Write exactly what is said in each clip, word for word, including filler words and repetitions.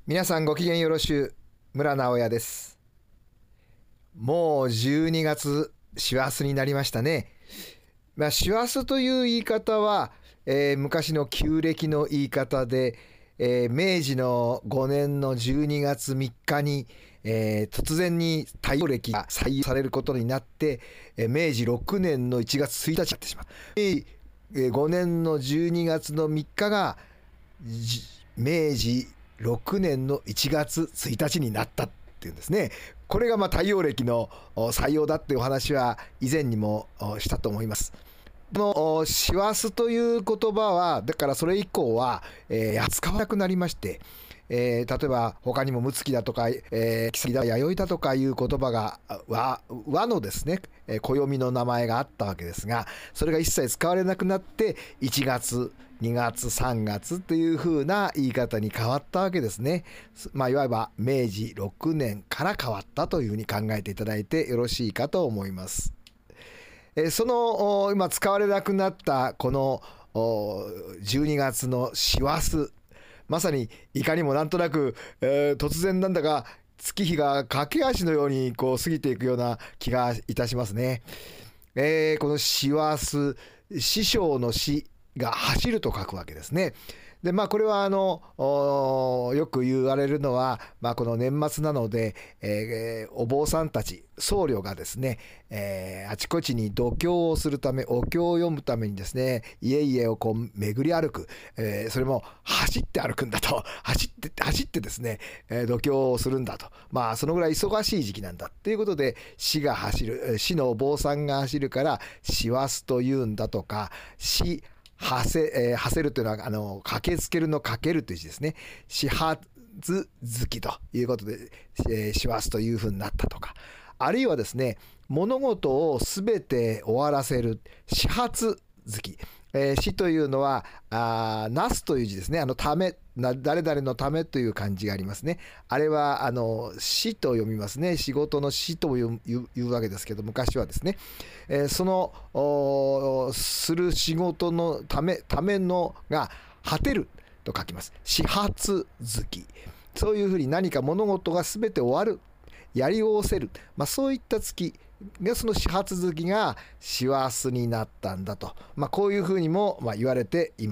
皆さんご機嫌よろしゅう、村直哉です。もうじゅうにがつ、師走になりましたね。まあ、師走という言い方は、えー昔の旧暦の言い方で、えー明治のごねんのじゅうにがつみっかに、えー突然に太陽暦が採用されることになって、えー明治ろくねんのいちがつついたちになってしまう。明治えーごねんのじゅうにがつのみっかがじ明治ろくねんのいちがつついたちになったっていうんですね。これがまあ太陽暦のお採用だっていうお話は以前にもおしたと思います。このお師走という言葉はだからそれ以降は、えー使わなくなりまして、えー例えば他にも六月だとか、えー、木だ弥生だとかいう言葉が和和のですね、えー暦の名前があったわけですが、それが一切使われなくなっていちがつにがつさんがつというふうな言い方に変わったわけですね。まあいわば明治ろくねんから変わったというふうに考えていただいてよろしいかと思います。えーそのお今使われなくなったこのおじゅうにがつの師走、まさにいかにもなんとなく、えー突然なんだか月日が駆け足のようにこう過ぎていくような気がいたしますね。えーこの師走、師匠の師が走ると書くわけですね。でまあこれはあのおよく言われるのは、まあ、この年末なので、えーお坊さんたち僧侶がですね、えーあちこちに度胸をするため、お経を読むためにですね、家々をこう巡り歩く、えーそれも走って歩くんだと、走って走ってですね、えー度胸をするんだと、まあそのぐらい忙しい時期なんだっていうことで、師が走る、えー師のお坊さんが走るから師走というんだとか、師はせ、えー、はせるというのはあの駆けつけるのかけるという字ですね。始発月ということで、えー、師走というふうになったとか、あるいはですね、物事をすべて終わらせる始発月、えー、死というのはあなすという字ですね。あのためな誰々のためという漢字がありますね。あれはあの死と読みますね。仕事の死といういういうわけですけど、昔はですね、えーそのおする仕事のためためのが果てると書きます。始発月、そういうふうに何か物事が全て終わる、やりおせる、まあ、そういった月が、その始発月が師走になったんだと、まあ、こういうふうにもまあ言われています。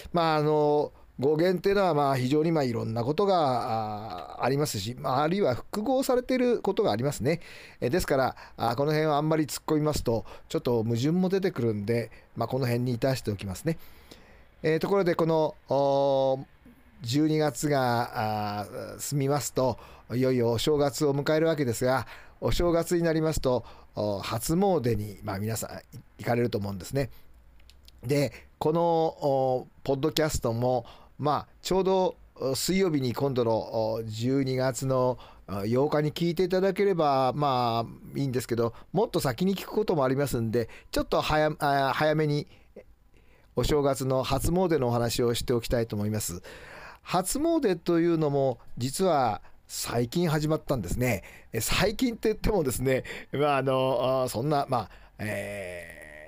まああの語源っていうのはまあ非常にまあいろんなことが あ, ありますし、まあ、あるいは複合されていることがありますね。えですからあこの辺はあんまり突っ込みますとちょっと矛盾も出てくるんで、まあ、この辺に致しておきますね。えーところでこのおじゅうにがつがあ過ぎますと、いよいよお正月を迎えるわけですが、お正月になりますとお初詣に、まあ、皆さん行かれると思うんですね。でこのおポッドキャストも、まあ、ちょうどお水曜日に今度のおじゅうにがつのおようかに聞いていただければまあいいんですけど、もっと先に聞くこともありますんで、ちょっと早あ早めにお正月の初詣のお話をしておきたいと思います。初詣というのも実は最近始まったんですね。え最近って言ってもですね、まああのあそんなまあ、えー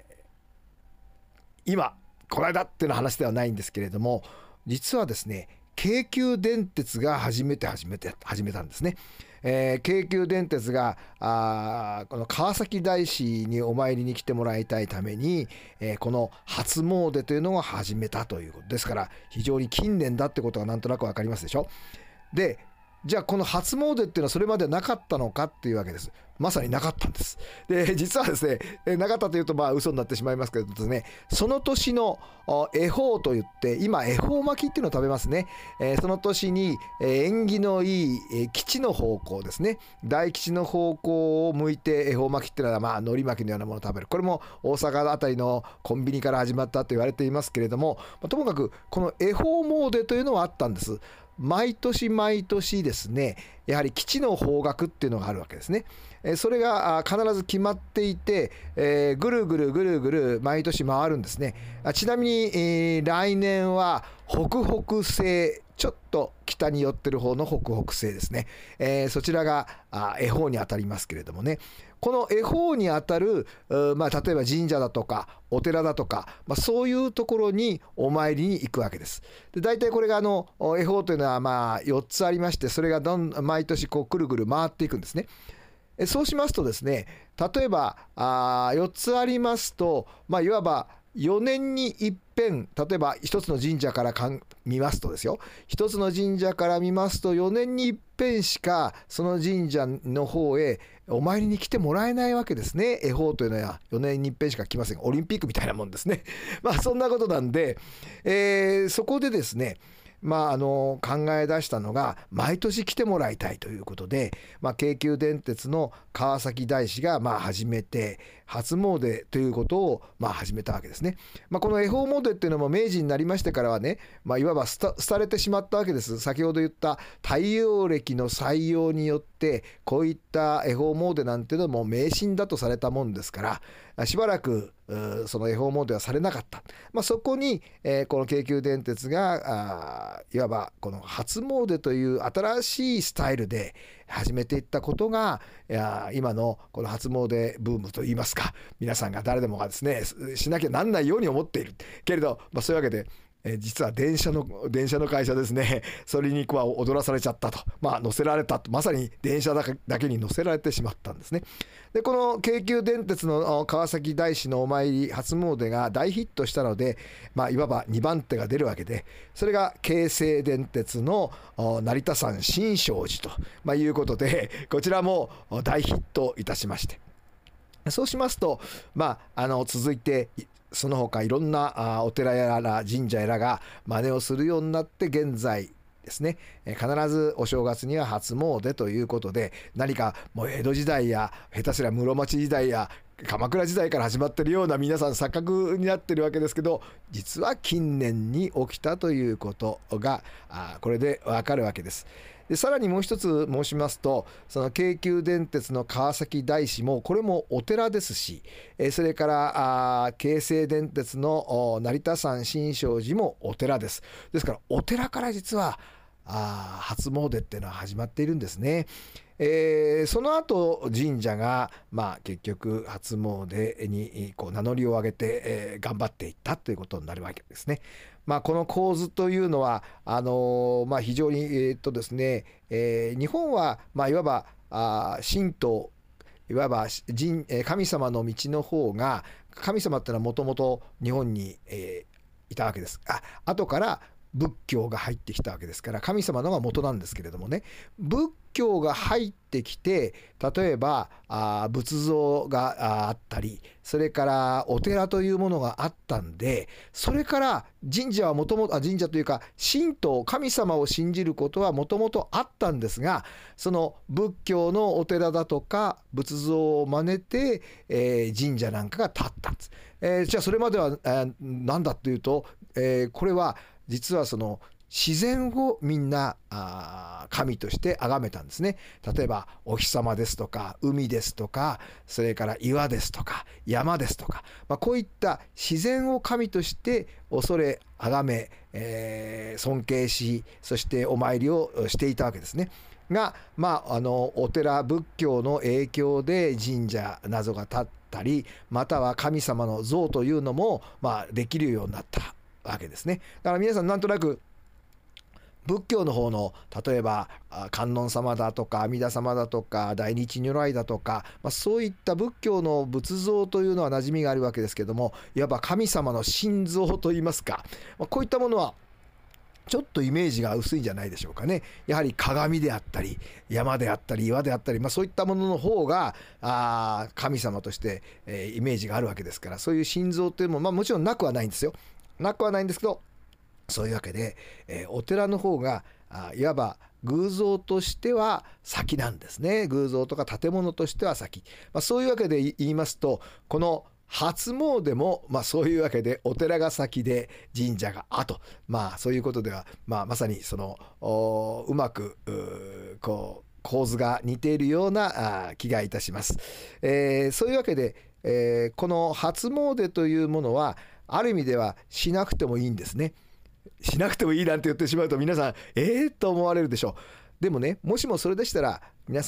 今この間っていうの話ではないんですけれども、実はですね、京急電鉄が初めて始めて始めたんですね。えー京急電鉄があーこの川崎大師にお参りに来てもらいたいために、えーこの初詣というのを始めたということですから、非常に近年だってことがなんとなくわかりますでしょ。でじゃあこの初詣っていうのはそれまでなかったのかっていうわけです。まさになかったんです。で実はですね、えなかったというとまあ嘘になってしまいますけどですね、その年のお恵方といって今恵方巻きっていうのを食べますね。えーその年に、えー縁起のいい、えー吉の方向ですね、大吉の方向を向いて恵方巻きっていうのはまあ海苔巻きのようなものを食べる、これも大阪あたりのコンビニから始まったと言われていますけれども、まあともかくこの恵方詣というのはあったんです。毎年毎年ですね、やはり基地の方角っていうのがあるわけですね。えーそれがあ必ず決まっていて、えーぐるぐるぐるぐる毎年回るんですね。あちなみに、えー来年は北北西、ちょっと北に寄ってる方の北北西ですね。えーそちらがあ恵方に当たりますけれどもね、 この恵方にあたる、まあ、例えば神社だとかお寺だとか、まあ、そういうところにお参りに行くわけです。で大体これがあの恵方というのはまあよっつありまして、それがどん毎年こうくるくる回っていくんですね。そうしますとですね、例えばあよっつありますと、まあ、いわばよねんに一遍、例えば一つの神社からかん見ますとですよ、一つの神社から見ますとよねんに一遍しかその神社の方へお参りに来てもらえないわけですね。恵方というのはよねんに一遍しか来ません。オリンピックみたいなもんですね。まあそんなことなんで、えー、そこでですね、まあ、あの考え出したのが毎年来てもらいたいということで、まあ、京急電鉄の川崎大師がまあ始めて初詣ということをまあ始めたわけですね。まあ、この恵方詣っていうのも明治になりましてからはね、まあ、いわば廃れてしまったわけです。先ほど言った太陽暦の採用によってこういった恵方詣なんていうのも迷信だとされたもんですから、しばらくその恵方詣はされなかった。まあ、そこに、えー、この京急電鉄がいわばこの初詣という新しいスタイルで始めていったことが、いや今のこの初詣ブームといいますか、皆さんが誰でもがですねしなきゃなんないように思っているけれど、まあ、そういうわけでえ実は電車の電車の会社ですね、それには踊らされちゃったと、まあ乗せられたと、まさに電車だけだけに乗せられてしまったんですね。でこの京急電鉄の川崎大師のお参り初詣が大ヒットしたので、まあ、いわばにばん手が出るわけで、それが京成電鉄の成田山新勝寺と、まあ、いうことで、こちらも大ヒットいたしまして、そうしますと、まあ、あの続いてその他いろんなお寺やら神社やらが真似をするようになって、現在ですね、必ずお正月には初詣ということで、何かもう江戸時代や下手すりゃ室町時代や鎌倉時代から始まってるような皆さん錯覚になってるわけですけど、実は近年に起きたということがこれでわかるわけです。でさらにもう一つ申しますと、その京急電鉄の川崎大師もこれもお寺ですし、それから京成電鉄の成田山新勝寺もお寺です。ですからお寺から実はあ初詣っていうのは始まっているんですね。えー、その後神社が、まあ、結局初詣にこう名乗りを上げて、えー、頑張っていったということになるわけですね。まあ、この構図というのはあのーまあ、非常に、えーっとですねえー、日本は、まあ、いわばあ神道、いわば神神様の道の方が、神様ってのはもともと日本に、えー、いたわけです。あ後から仏教が入ってきたわけですから、神様のが元なんですけれどもね、仏教が入ってきて、例えばあ仏像があったり、それからお寺というものがあったんで、それから神社はもともと神社というか神道、神様を信じることはもともとあったんですが、その仏教のお寺だとか仏像を真似て、えー、神社なんかが建ったんです。えー、じゃあそれまでは、えー、何だっていうと、えー、これは実はその自然をみんなあ神として崇めたんですね。例えばお日様ですとか海ですとか、それから岩ですとか山ですとか、まあ、こういった自然を神として恐れ崇め、えー、尊敬し、そしてお参りをしていたわけですね。が、まあ、あのお寺仏教の影響で神社などが建ったり、または神様の像というのも、まあ、できるようになったわけですね。だから皆さんなんとなく仏教の方の例えば観音様だとか阿弥陀様だとか大日如来だとか、まあ、そういった仏教の仏像というのは馴染みがあるわけですけども、いわば神様の心臓といいますか、まあ、こういったものはちょっとイメージが薄いんじゃないでしょうかね。やはり鏡であったり山であったり岩であったり、まあ、そういったものの方があ神様として、えー、イメージがあるわけですから、そういう心臓というのも、まあ、もちろんなくはないんですよ。なくはないんですけど、そういうわけで、えー、お寺の方があいわば偶像としては先なんですね。偶像とか建物としては先、まあ、そういうわけで言いますと、この初詣も、まあ、そういうわけでお寺が先で神社が後、まあそういうことでは、まあ、まさにそのうまくうこう構図が似ているようなあ気がいたします。えー、そういうわけで、えー、この初詣というものはある意味ではしなくてもいいんですね。しなくてもいいなんて言ってしまうと皆さんえーと思われるでしょう。でもね、もしもそれでしたら皆さん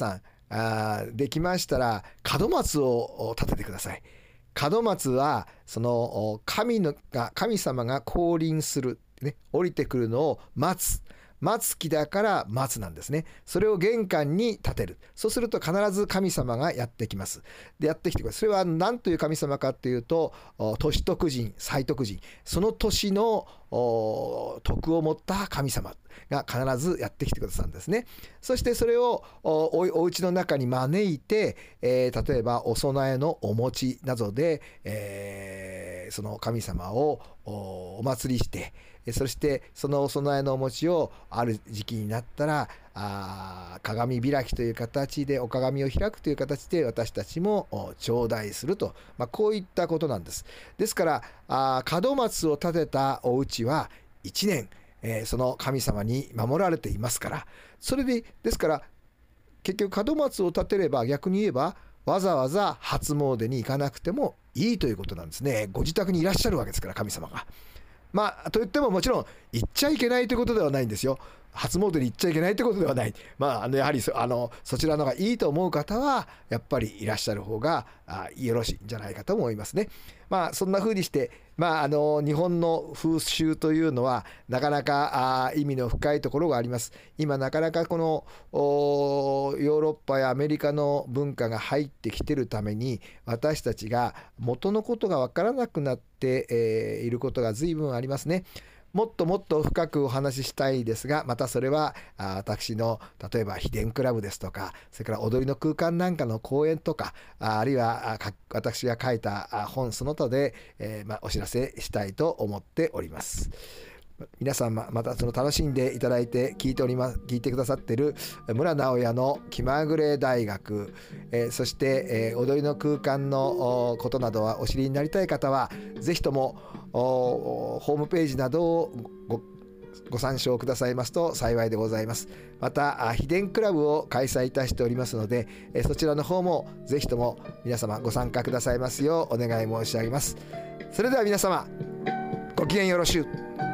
あできましたら門松を立ててください。門松はその神のが神様が降臨する、ね、降りてくるのを待つ松木だから松なんですね。それを玄関に立てる。そうすると必ず神様がやってきます。でやってきてくる。それは何という神様かっていうと、歳徳神、歳徳神、その年の徳を持った神様が必ずやってきてくださるんですね。そしてそれを お, お家の中に招いて、えー、例えばお供えのお餅などで、えー、その神様を お, お祭りして、そしてそのお供えのお餅をある時期になったらあ鏡開きという形でお鏡を開くという形で私たちも頂戴すると、まあ、こういったことなんです。ですからあ門松を立てたお家はいちねん、えー、その神様に守られていますから、それでですから結局門松を立てれば逆に言えばわざわざ初詣に行かなくてもいいということなんですね。ご自宅にいらっしゃるわけですから神様が。まあといってももちろん行っちゃいけないということではないんですよ。初詣に行っちゃいけないということではない。まあ、あのやはり そ, あのそちらの方がいいと思う方はやっぱりいらっしゃる方があよろしいんじゃないかと思いますね。まあそんな風にして、まあ、あの日本の風習というのはなかなかあ意味の深いところがあります。今なかなかこのヨーロッパやアメリカの文化が入ってきてるために私たちが元のことが分からなくなって、えー、いることが随分ありますね。もっともっと深くお話ししたいですが、またそれはあ私の例えば秘伝クラブですとか、それから踊りの空間なんかの講演とか、あ, あるいはあ私が書いた本その他で、えーまあ、お知らせしたいと思っております。皆さん ま, またその楽しんでいただいて聞いております聞いてくださっている村直哉の気まぐれ大学、えー、そして、えー、踊りの空間のことなどはお知りになりたい方はぜひともホームページなどを ご, ご参照くださいますと幸いでございます。また秘伝クラブを開催いたしておりますので、えー、そちらの方もぜひとも皆様ご参加くださいますようお願い申し上げます。それでは皆様ごきげんよろしゅう。